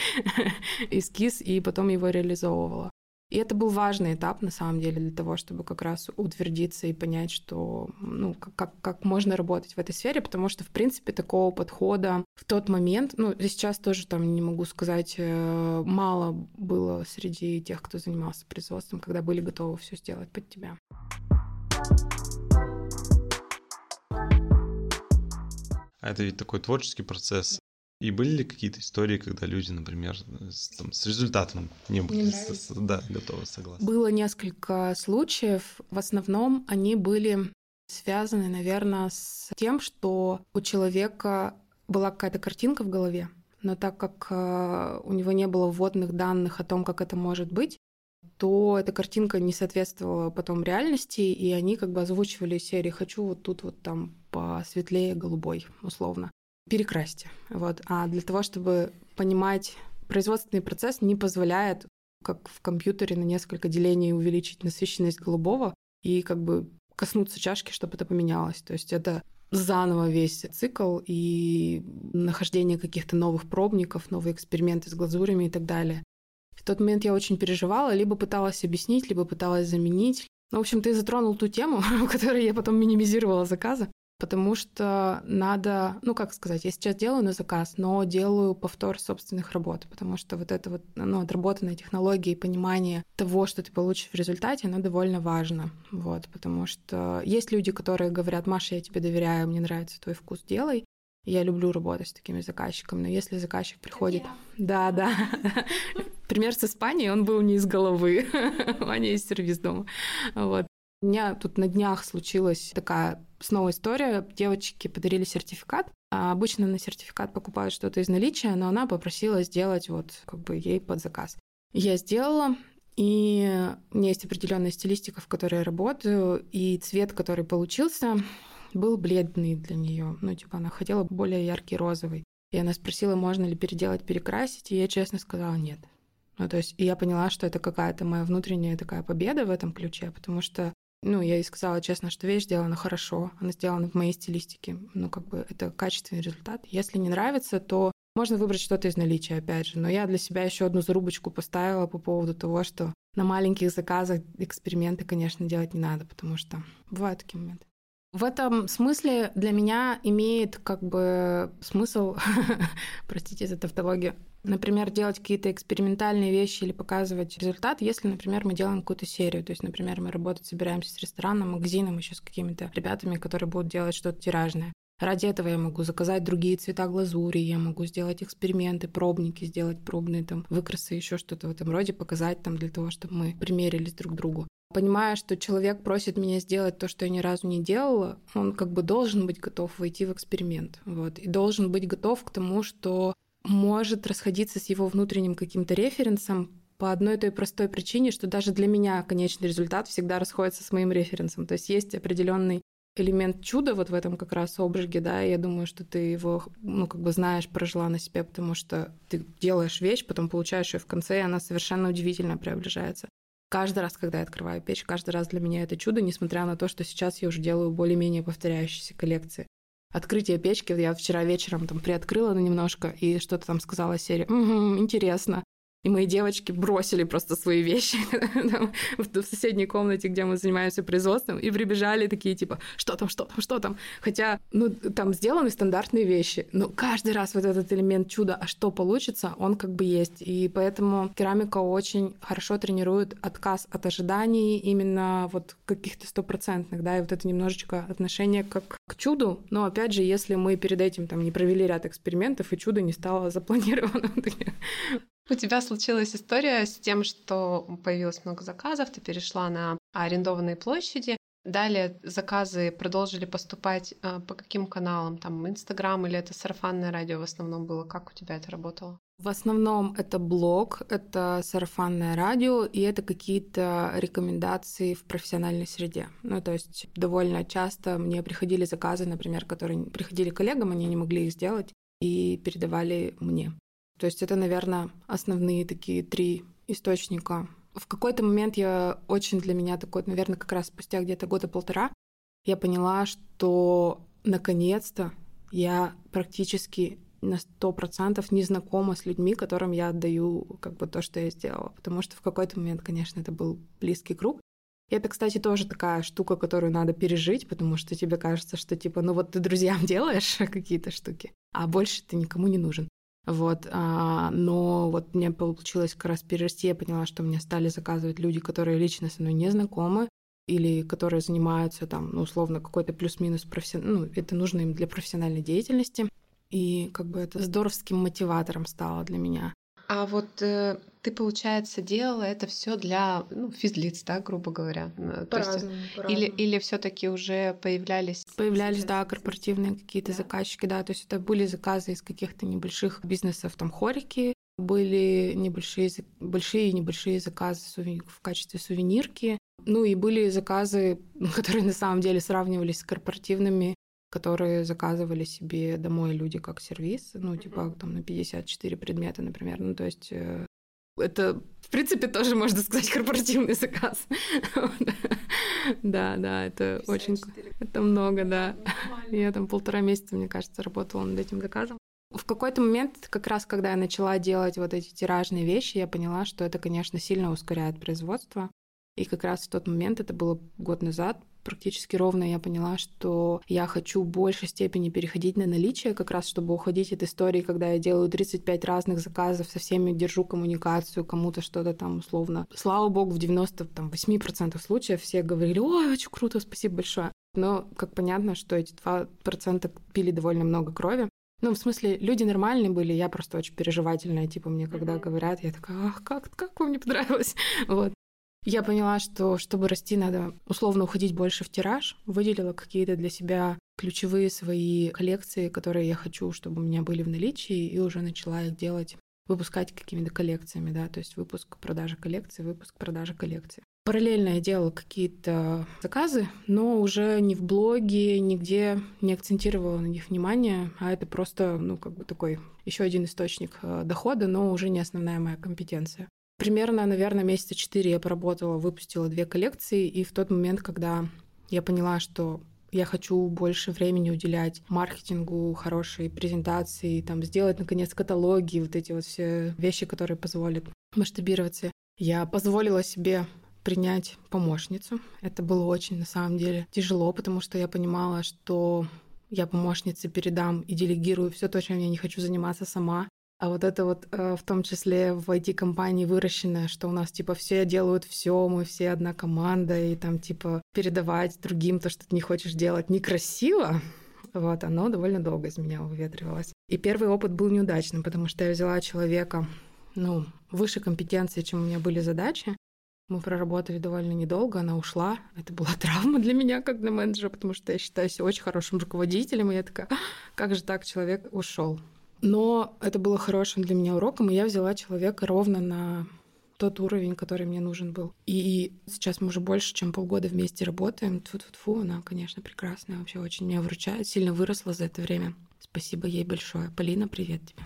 эскиз и потом его реализовывала. И это был важный этап, на самом деле, для того, чтобы как раз утвердиться и понять, что, ну, как, как можно работать в этой сфере, потому что, в принципе, такого подхода в тот момент, ну, сейчас тоже там, не могу сказать, мало было среди тех, кто занимался производством, когда были готовы все сделать под тебя. А это ведь такой творческий процесс. И были ли какие-то истории, когда люди, например, с, там, с результатом не были не с, да, готовы, согласны? Было несколько случаев. В основном они были связаны, наверное, с тем, что у человека была какая-то картинка в голове, но так как у него не было вводных данных о том, как это может быть, то эта картинка не соответствовала потом реальности, и они как бы озвучивали серии «хочу вот тут вот там посветлее голубой», условно. Перекрасьте. Вот. А для того, чтобы понимать, производственный процесс не позволяет, как в компьютере, на несколько делений увеличить насыщенность голубого и как бы коснуться чашки, чтобы это поменялось. То есть это заново весь цикл и нахождение каких-то новых пробников, новые эксперименты с глазурями и так далее. В тот момент я очень переживала, либо пыталась объяснить, либо пыталась заменить. Ну, в общем, ты затронул ту тему, в которой я потом минимизировала заказы. Потому что надо, ну, как сказать, я сейчас делаю на заказ, но делаю повтор собственных работ, потому что вот это вот, ну, отработанная технология и понимание того, что ты получишь в результате, оно довольно важно, вот, потому что есть люди, которые говорят: Маша, я тебе доверяю, мне нравится твой вкус, делай. Я люблю работать с такими заказчиками, но если заказчик приходит... Да, да. Пример с Испанией, он был не из головы, у меня есть сервис дома, вот. У меня тут на днях случилась такая снова история. Девочке подарили сертификат. А обычно на сертификат покупают что-то из наличия, но она попросила сделать вот как бы ей под заказ. Я сделала, и у меня есть определенная стилистика, в которой я работаю, и цвет, который получился, был бледный для нее. Ну, типа, она хотела более яркий розовый. И она спросила, можно ли переделать, перекрасить, и я честно сказала нет. Ну, то есть, и я поняла, что это какая-то моя внутренняя такая победа в этом ключе, потому что ну, я ей сказала честно, что вещь сделана хорошо, она сделана в моей стилистике. Ну, как бы это качественный результат. Если не нравится, то Можно выбрать что-то из наличия, опять же. Но я для себя еще одну зарубочку поставила по поводу того, что на маленьких заказах эксперименты, конечно, делать не надо, потому что бывают такие моменты. В этом смысле для меня имеет как бы смысл, простите за тавтологию, например, делать какие-то экспериментальные вещи или показывать результат, если, например, мы делаем какую-то серию. То есть, например, мы работать собираемся с рестораном, магазином, еще с какими-то ребятами, которые будут делать что-то тиражное. Ради этого я могу заказать другие цвета глазури, я могу сделать эксперименты, пробники, сделать пробные там выкрасы, еще что-то в этом роде, показать там для того, чтобы мы примерились друг к другу. Понимая, что человек просит меня сделать то, что я ни разу не делала, он как бы должен быть готов войти в эксперимент. Вот, и должен быть готов к тому, что может расходиться с его внутренним каким-то референсом по одной той простой причине, что даже для меня конечный результат всегда расходится с моим референсом. То есть есть определенный элемент чуда вот в этом как раз обжиге, да, и я думаю, что ты его, ну, как бы знаешь, прожила на себе, потому что ты делаешь вещь, потом получаешь ее в конце, и она совершенно удивительно преображается. Каждый раз, когда я открываю печь, каждый раз для меня это чудо, несмотря на то, что сейчас я уже делаю более-менее повторяющиеся коллекции. Открытие печки, я вчера вечером там приоткрыла на немножко и что-то там сказала серии «Угу, интересно». И мои девочки бросили просто свои вещи там, в соседней комнате, где мы занимаемся производством, и прибежали такие типа «что там, что там, что там?». Хотя, ну, там сделаны стандартные вещи, но каждый раз вот этот элемент чуда, а что получится, он как бы есть. И поэтому керамика очень хорошо тренирует отказ от ожиданий именно вот каких-то стопроцентных, да, и вот это немножечко отношение как к чуду. Но опять же, если мы перед этим там не провели ряд экспериментов, и чудо не стало запланированным. У тебя случилась история с тем, что появилось много заказов, ты перешла на арендованные площади. Далее заказы продолжили поступать по каким каналам? Там Инстаграм или это сарафанное радио в основном было? Как у тебя это работало? В основном это блог, это сарафанное радио, и это какие-то рекомендации в профессиональной среде. Ну, то есть довольно часто мне приходили заказы, например, которые приходили коллегам, они не могли их сделать, и передавали мне. То есть это, наверное, основные такие три источника. В какой-то момент я очень для меня такой, наверное, как раз спустя где-то года полтора, я поняла, что наконец-то я практически на сто процентов не знакома с людьми, которым я отдаю как бы то, что я сделала. Потому что в какой-то момент, конечно, это был близкий круг. И это, кстати, тоже такая штука, которую надо пережить, потому что тебе кажется, что типа, ну вот ты друзьям делаешь какие-то штуки, а больше ты никому не нужен. Вот, а, но вот мне получилось как раз перерасти, я поняла, что мне стали заказывать люди, которые лично со мной не знакомы, или которые занимаются там, ну, условно, какой-то плюс-минус профессиональный, ну, это нужно им для профессиональной деятельности, и как бы это здоровским мотиватором стало для меня. А вот э, ты, получается, делала это все для ну, физлиц, да, грубо говоря? По-разному, есть, по-разному. Или, или все-таки уже появлялись... Появлялись, да, корпоративные какие-то да. заказчики, да, то есть это были заказы из каких-то небольших бизнесов, там, хорики, были небольшие, большие и небольшие заказы в качестве сувенирки, ну и были заказы, которые на самом деле сравнивались с корпоративными, которые заказывали себе домой люди как сервис, ну, типа, там, на пятьдесят четыре предмета, например. Ну, то есть э, это, в принципе, тоже, можно сказать, корпоративный заказ. Да, да, это очень... Это много, да. Я там полтора месяца, мне кажется, работала над этим заказом. В какой-то момент, как раз когда я начала делать вот эти тиражные вещи, я поняла, что это, конечно, сильно ускоряет производство. И как раз в тот момент, это было год назад, практически ровно я поняла, что я хочу в большей степени переходить на наличие, как раз чтобы уходить от истории, когда я делаю тридцать пять разных заказов, со всеми держу коммуникацию, кому-то что-то там условно. Слава богу, в девяносто восемь процентов случаев все говорили: «Ой, очень круто, спасибо большое». Но, как понятно, что эти два процента пили довольно много крови. Ну, в смысле, люди нормальные были, я просто очень переживательная. Типа, мне когда говорят, я такая: «Ах, как, как вам не понравилось?» Вот. Я поняла, что чтобы расти, надо условно уходить больше в тираж. Выделила какие-то для себя ключевые свои коллекции, которые я хочу, чтобы у меня были в наличии, и уже начала их делать, выпускать какими-то коллекциями, да, то есть выпуск, продажа коллекции, выпуск, продажа коллекции. Параллельно я делала какие-то заказы, но уже не в блоге, нигде не акцентировала на них внимание, а это просто, ну, как бы такой еще один источник дохода, но уже не основная моя компетенция. Примерно, наверное, месяца четыре я поработала, выпустила две коллекции, и в тот момент, когда я поняла, что я хочу больше времени уделять маркетингу, хорошей презентации, там, сделать, наконец, каталоги, вот эти вот все вещи, которые позволят масштабироваться. Я позволила себе принять помощницу. Это было очень, на самом деле, тяжело, потому что я понимала, что я помощнице передам и делегирую все то, чем я не хочу заниматься сама. А вот это вот в том числе в ай ти-компании выращенное, что у нас типа все делают все, мы все одна команда, и там типа передавать другим то, что ты не хочешь делать, некрасиво. Вот, оно довольно долго из меня выветривалось. И первый опыт был неудачным, потому что я взяла человека, ну, выше компетенции, чем у меня были задачи. Мы проработали довольно недолго, она ушла. Это была травма для меня, как для менеджера, потому что я считаю себя очень хорошим руководителем, и я такая, как же так человек ушел? Но это было хорошим для меня уроком, и я взяла человека ровно на тот уровень, который мне нужен был. И сейчас мы уже больше, чем полгода вместе работаем. Тьфу-тьфу-тьфу, она, конечно, прекрасная, вообще очень меня выручает, сильно выросла за это время. Спасибо ей большое. Полина, привет тебе.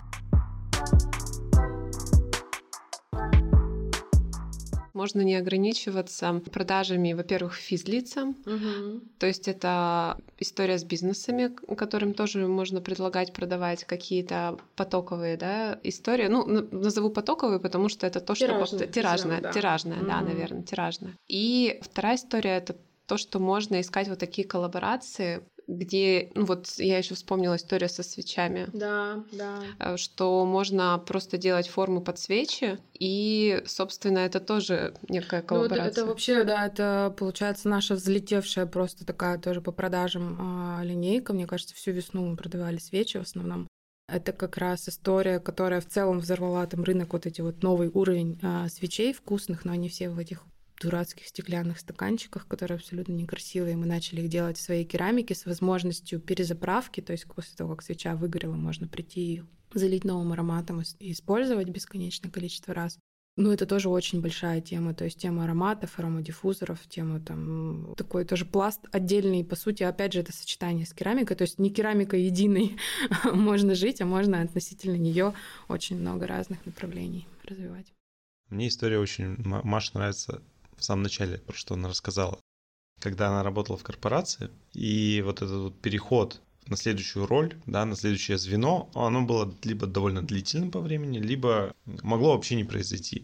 Можно не ограничиваться продажами, во-первых, физлицам. Угу. То есть это история с бизнесами, которым тоже можно предлагать продавать какие-то потоковые, да, истории. Ну, назову потоковые, потому что это то, тиражная, что тиражная, да. тиражная, угу. да, наверное, тиражная. И вторая история — это то, что можно искать вот такие коллаборации, где, ну вот я еще вспомнила историю со свечами. Да, да. Что можно просто делать формы под свечи, и, собственно, это тоже некая коллаборация. Ну, это, это вообще, да, это, получается, наша взлетевшая просто такая тоже по продажам а, линейка. Мне кажется, всю весну мы продавали свечи в основном. Это как раз история, которая в целом взорвала там рынок, вот эти вот новый уровень а, свечей вкусных, но они все в этих дурацких стеклянных стаканчиках, которые абсолютно некрасивые. Мы начали их делать в своей керамике с возможностью перезаправки, то есть после того, как свеча выгорела, можно прийти и залить новым ароматом и использовать бесконечное количество раз. Ну, это тоже очень большая тема, то есть тема ароматов, аромадиффузоров, тема там такой тоже пласт отдельный, по сути, опять же, это сочетание с керамикой, то есть не керамика единой можно жить, а можно относительно нее очень много разных направлений развивать. Мне история очень, Маше нравится в самом начале, про что она рассказала. Когда она работала в корпорации, и вот этот вот переход на следующую роль, да, на следующее звено, оно было либо довольно длительным по времени, либо могло вообще не произойти.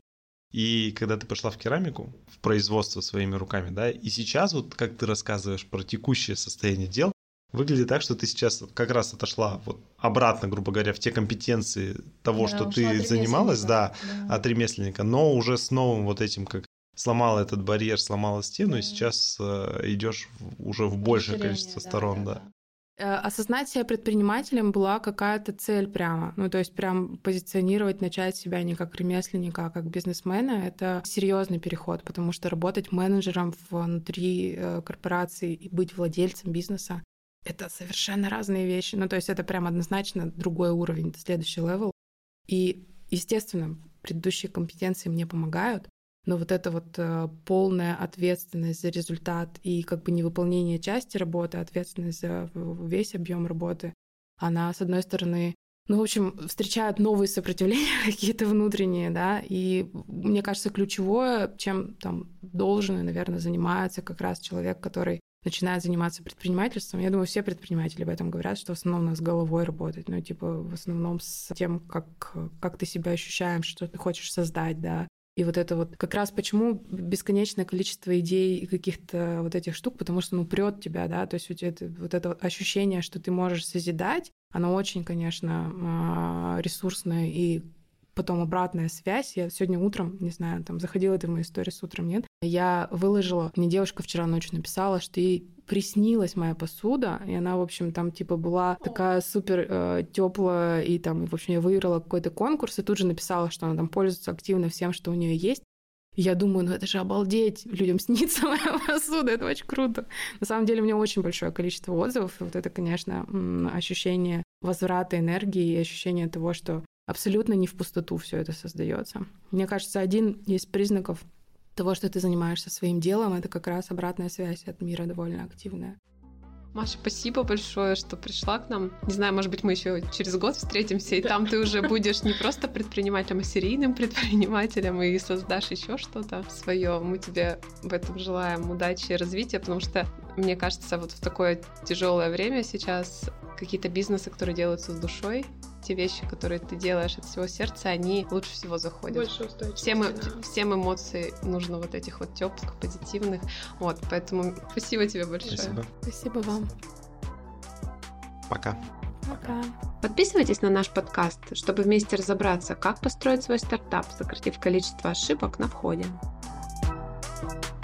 И когда ты пошла в керамику, в производство своими руками, да, и сейчас вот как ты рассказываешь про текущее состояние дел, выглядит так, что ты сейчас как раз отошла вот обратно, грубо говоря, в те компетенции того, да, что ты занималась, да, да, от ремесленника, но уже с новым вот этим, как сломала этот барьер, сломала стену, да. И сейчас э, идешь уже в большее количество да, сторон, да. да. Осознать себя предпринимателем была какая-то цель прямо. Ну, то есть прям позиционировать, начать себя не как ремесленника, а как бизнесмена — это серьезный переход, потому что работать менеджером внутри корпорации и быть владельцем бизнеса — это совершенно разные вещи. Ну, то есть это прям однозначно другой уровень, следующий левел. И, естественно, предыдущие компетенции мне помогают, но вот эта вот э, полная ответственность за результат и как бы невыполнение части работы, ответственность за весь объем работы, она, с одной стороны, ну, в общем, встречает новые сопротивления какие-то внутренние, да, и мне кажется, ключевое, чем там должен и, наверное, занимается как раз человек, который начинает заниматься предпринимательством. Я думаю, все предприниматели об этом говорят, что в основном надо с головой работать, ну, типа, в основном с тем, как, как ты себя ощущаешь, что ты хочешь создать, да. И вот это вот как раз почему бесконечное количество идей и каких-то вот этих штук, потому что, ну, прёт тебя, да, то есть у тебя это, вот это вот ощущение, что ты можешь созидать, оно очень, конечно, ресурсное, и потом обратная связь. Я сегодня утром, не знаю, там, заходила ты в мою сторис утром, нет? Я выложила, мне девушка вчера ночью написала, что ей приснилась моя посуда, и она, в общем, там, типа, была такая супер э, теплая, и там, в общем, я выиграла какой-то конкурс, и тут же написала, что она там пользуется активно всем, что у нее есть. И я думаю, ну это же обалдеть, людям снится моя посуда, это очень круто. На самом деле у меня очень большое количество отзывов, и вот это, конечно, ощущение возврата энергии и ощущение того, что абсолютно не в пустоту все это создается. Мне кажется, один из признаков того, что ты занимаешься своим делом, это как раз обратная связь от мира довольно активная. Маша, спасибо большое, что пришла к нам. Не знаю, может быть, мы еще через год встретимся, и да. Там ты уже будешь не просто предпринимателем, а серийным предпринимателем и создашь еще что-то свое. Мы тебе в этом желаем удачи и развития, потому что, мне кажется, вот в такое тяжелое время сейчас какие-то бизнесы, которые делаются с душой, те вещи, которые ты делаешь от всего сердца, они лучше всего заходят. Больше устойчивости. Всем, всем эмоций нужно вот этих вот теплых, позитивных. Вот, поэтому спасибо тебе большое. Спасибо. Спасибо вам. Пока. Пока. Подписывайтесь на наш подкаст, чтобы вместе разобраться, как построить свой стартап, сократив количество ошибок на входе.